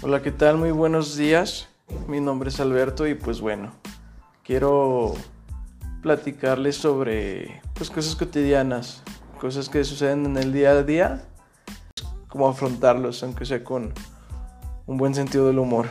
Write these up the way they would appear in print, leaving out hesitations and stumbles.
Hola, ¿qué tal? Muy buenos días. Mi nombre es Alberto y pues bueno, quiero platicarles sobre cosas cotidianas, cosas que suceden en el día a día, cómo afrontarlos, aunque sea con un buen sentido del humor.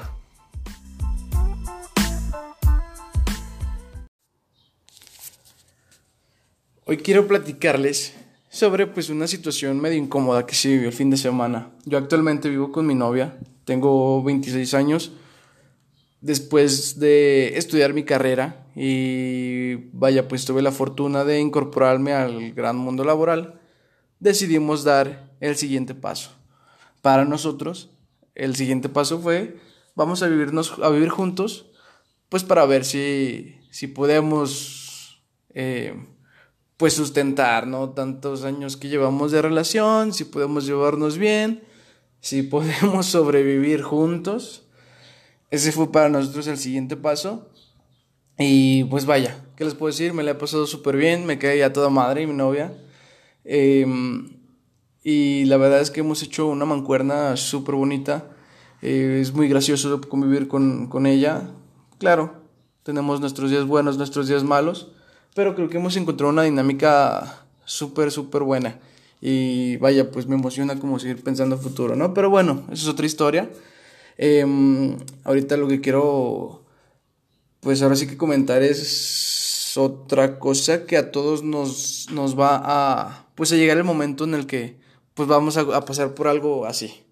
Hoy quiero platicarles sobre una situación medio incómoda que se vivió el fin de semana. Yo actualmente vivo con mi novia, tengo 26 años. Después de estudiar mi carrera y vaya, pues tuve la fortuna de incorporarme al gran mundo laboral, decidimos dar el siguiente paso. Para nosotros, el siguiente paso fue, vamos a vivir juntos, pues para ver si podemos, pues sustentar, ¿no? Tantos años que llevamos de relación, si podemos llevarnos bien, si podemos sobrevivir juntos. Ese fue para nosotros el siguiente paso. Y pues vaya, ¿qué les puedo decir? Me la he pasado súper bien, me quedé ya toda madre y mi novia. Eh, y la verdad es que hemos hecho una mancuerna súper bonita. Es muy gracioso convivir con ella. Claro, tenemos nuestros días buenos, nuestros días malos, pero creo que hemos encontrado una dinámica súper buena. Y vaya, pues me emociona como seguir pensando a futuro, ¿no? Pero bueno, eso es otra historia. Ahorita lo que quiero, pues ahora sí que comentar es otra cosa que a todos nos va pues a llegar el momento en el que, pues vamos a pasar por algo así.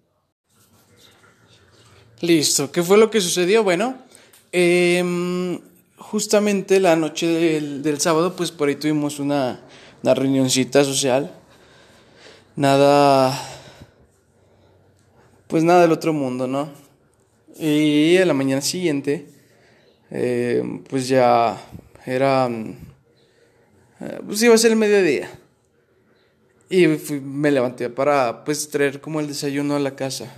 Listo, ¿qué fue lo que sucedió? Bueno, justamente la noche del sábado, pues por ahí tuvimos una reunioncita social. Nada, pues nada del otro mundo, ¿no? Y a la mañana siguiente, pues ya era, pues iba a ser el mediodía. Y me levanté para pues traer como el desayuno a la casa.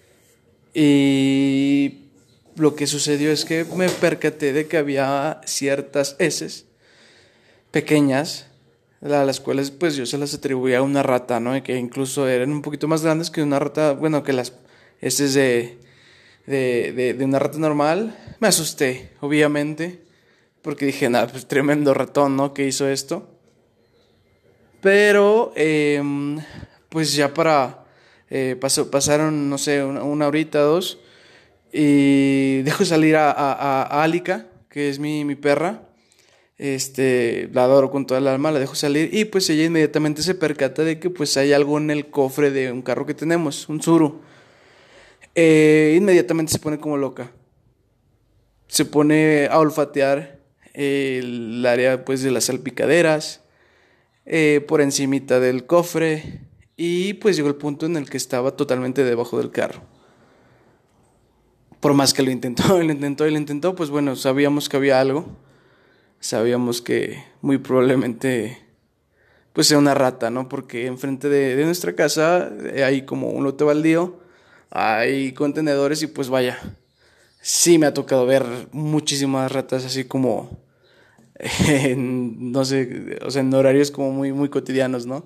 Y lo que sucedió es que me percaté de que había ciertas heces pequeñas, a las cuales pues yo se las atribuía a una rata, ¿no? Y que incluso eran un poquito más grandes que una rata, bueno, que las heces de una rata normal. Me asusté, obviamente, porque dije, nada, pues tremendo ratón, ¿no? Que hizo esto. Pero, pues ya pasaron, no sé, una horita, dos, y dejo salir a Alika, que es mi perra. La adoro con toda el alma, la dejo salir y pues ella inmediatamente se percata de que pues hay algo en el cofre de un carro que tenemos, un Tsuru. Inmediatamente se pone como loca. Se pone a olfatear el área pues de las salpicaderas, por encimita del cofre, y pues llegó el punto en el que estaba totalmente debajo del carro. Por más que lo intentó, lo intentó, pues bueno, sabíamos que había algo, sabíamos que muy probablemente pues sea una rata, ¿no? Porque enfrente de nuestra casa hay como un lote baldío, hay contenedores y pues vaya, sí me ha tocado ver muchísimas ratas así como no sé, o sea, en horarios como muy cotidianos, ¿no?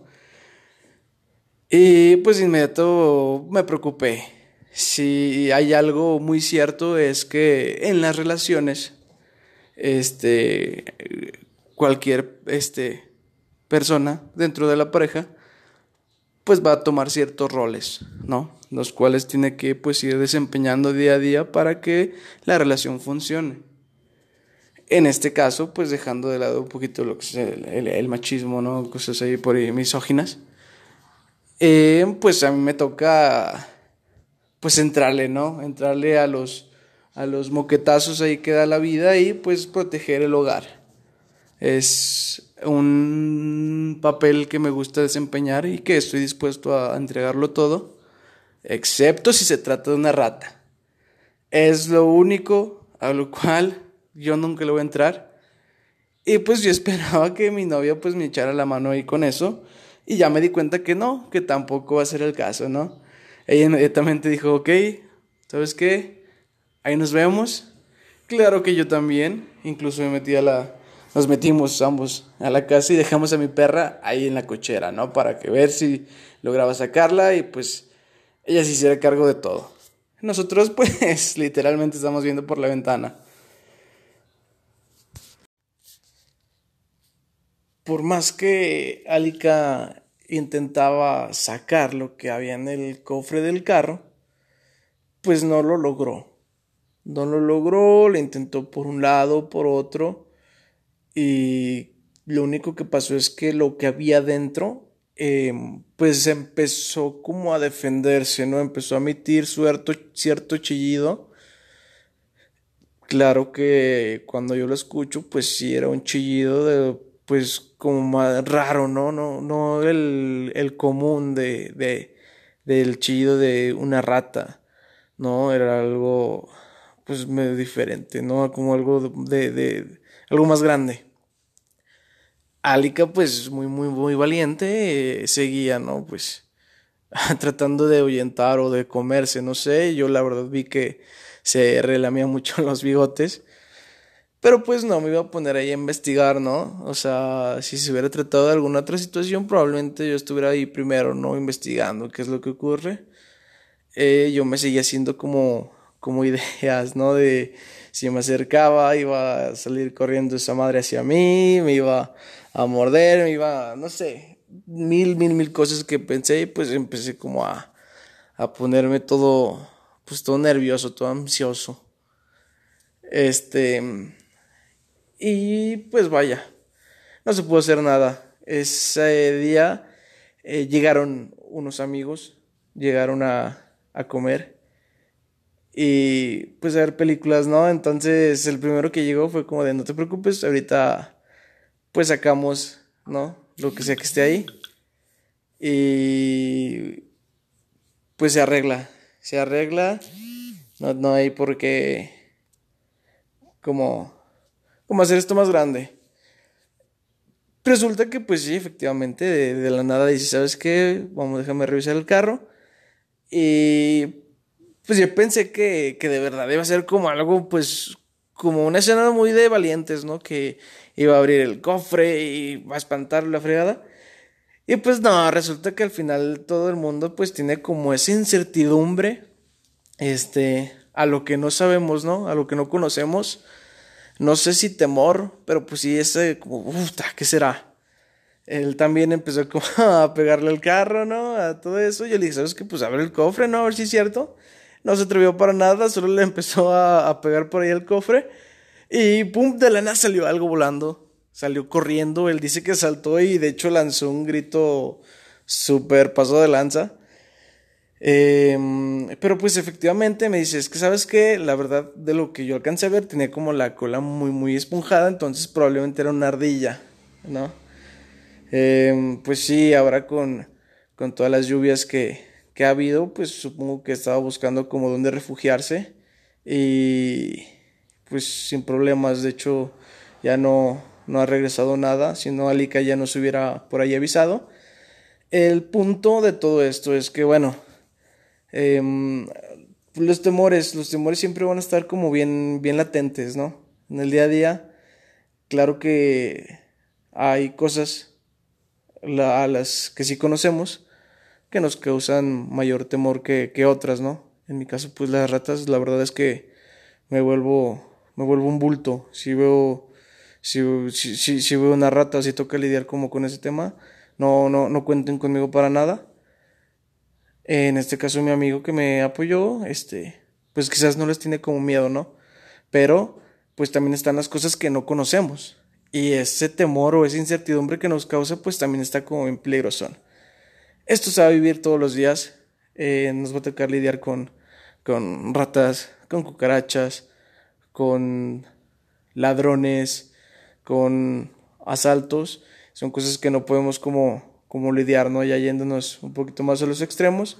Y pues de inmediato me preocupé. Si hay algo muy cierto es que en las relaciones, este, cualquier, persona dentro de la pareja, pues va a tomar ciertos roles, ¿no? Los cuales tiene que pues ir desempeñando día a día para que la relación funcione. En este caso, pues dejando de lado un poquito lo que es el machismo, ¿no? Cosas ahí por ahí misóginas. Pues a mí me toca, pues entrarle, ¿no? Entrarle a los moquetazos ahí que da la vida y pues proteger el hogar. Es un papel que me gusta desempeñar y que estoy dispuesto a entregarlo todo, excepto si se trata de una rata. Es lo único a lo cual yo nunca le voy a entrar. Y pues yo esperaba que mi novia pues me echara la mano ahí con eso. Y ya me di cuenta que no, que tampoco va a ser el caso, ¿no? Ella inmediatamente dijo, ok, ¿sabes qué? Ahí nos vemos. Claro que yo también. Incluso nos metimos ambos a la casa y dejamos a mi perra ahí en la cochera, ¿no? Para que ver si lograba sacarla y pues ella se hiciera cargo de todo. Nosotros pues literalmente estamos viendo por la ventana. Por más que Alika intentaba sacar lo que había en el cofre del carro, pues no lo logró. No lo logró, le intentó por un lado, por otro, y lo único que pasó es que lo que había dentro, pues empezó como a defenderse, ¿no? Empezó a emitir cierto chillido. Claro que cuando yo lo escucho, pues sí era un chillido de, pues como más raro, ¿no? No el común del chillido de una rata, ¿no? Era algo, pues medio diferente, ¿no? Como algo algo más grande. Alika, pues muy valiente, seguía, ¿no? Pues tratando de ahuyentar o de comerse, no sé. Yo la verdad vi que se relamía mucho los bigotes. Pero pues no me iba a poner ahí a investigar, ¿no? O sea, si se hubiera tratado de alguna otra situación, probablemente yo estuviera ahí primero, ¿no? Investigando qué es lo que ocurre. Yo me seguía haciendo como ideas, ¿no? De si me acercaba, iba a salir corriendo esa madre hacia mí, me iba a morder, me iba, no sé, mil cosas que pensé y pues empecé como a ponerme todo, pues todo nervioso, todo ansioso. Este, y pues vaya, no se pudo hacer nada. Ese día llegaron unos amigos, llegaron a comer y pues a ver películas, ¿no? Entonces el primero que llegó fue como de no te preocupes, ahorita pues sacamos, ¿no? Lo que sea que esté ahí y pues se arregla, no hay por qué como, como hacer esto más grande. Resulta que pues sí, efectivamente, de la nada dice, ¿sabes qué? Vamos, déjame revisar el carro. Y pues yo pensé que de verdad iba a ser como algo, pues, como una escena muy de valientes, ¿no? Que iba a abrir el cofre y va a espantar la fregada. Y pues no, resulta que al final todo el mundo pues tiene como esa incertidumbre, a lo que no sabemos, ¿no? A lo que no conocemos. No sé si temor, pero pues sí, ese como, uff, ¿qué será? Él también empezó como a pegarle al carro, ¿no? A todo eso. Yo le dije, ¿sabes qué? Pues abre el cofre, ¿no? A ver si es cierto. No se atrevió para nada, solo le empezó a pegar por ahí el cofre. Y pum, de la nada salió algo volando. Salió corriendo. Él dice que saltó y de hecho lanzó un grito súper paso de lanza. Pero pues efectivamente me dice, es que sabes que la verdad de lo que yo alcancé a ver tenía como la cola muy esponjada, entonces probablemente era una ardilla, ¿no? Pues sí, ahora con todas las lluvias que ha habido, pues supongo que estaba buscando como dónde refugiarse y pues sin problemas, de hecho ya no ha regresado nada, si no Alika ya nos hubiera por ahí avisado. El punto de todo esto es que bueno, em, los temores siempre van a estar como bien latentes, ¿no? En el día a día, claro que hay cosas a las que sí conocemos que nos causan mayor temor que otras, ¿no? En mi caso, pues las ratas, la verdad es que me vuelvo un bulto. Si veo una rata o si toca lidiar como con ese tema, no cuenten conmigo para nada. En este caso, mi amigo que me apoyó, pues quizás no les tiene como miedo, ¿no? Pero, pues también están las cosas que no conocemos. Y ese temor o esa incertidumbre que nos causa, pues también está como en peligrosón. Esto se va a vivir todos los días. Nos va a tocar lidiar con ratas, con cucarachas, con ladrones, con asaltos. Son cosas que no podemos como lidiar, ¿no? Ya yéndonos un poquito más a los extremos.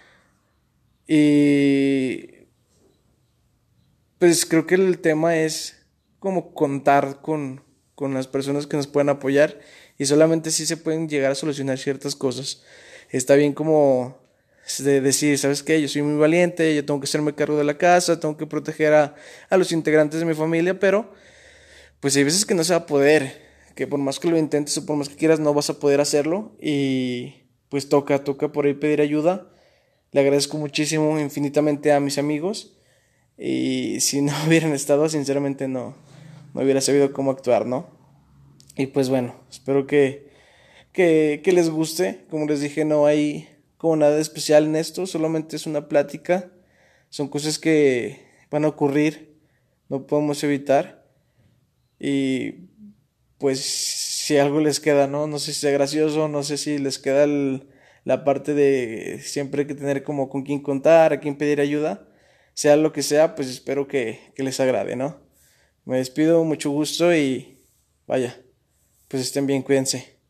Y pues creo que el tema es como contar con las personas que nos pueden apoyar y solamente así se pueden llegar a solucionar ciertas cosas. Está bien como de decir, ¿sabes qué? Yo soy muy valiente, yo tengo que hacerme cargo de la casa, tengo que proteger a los integrantes de mi familia, pero pues hay veces que no se va a poder, que por más que lo intentes o por más que quieras no vas a poder hacerlo y pues toca por ahí pedir ayuda. Le agradezco muchísimo, infinitamente a mis amigos. Y si no hubieran estado, sinceramente no hubiera sabido cómo actuar, ¿no? Y pues bueno, espero que les guste. Como les dije, no hay como nada especial en esto, solamente es una plática. Son cosas que van a ocurrir, no podemos evitar. Y pues si algo les queda, ¿no? No sé si sea gracioso, no sé si les queda la parte de siempre hay que tener como con quién contar, a quién pedir ayuda. Sea lo que sea, pues espero que les agrade, ¿no? Me despido, mucho gusto y vaya, pues estén bien, cuídense.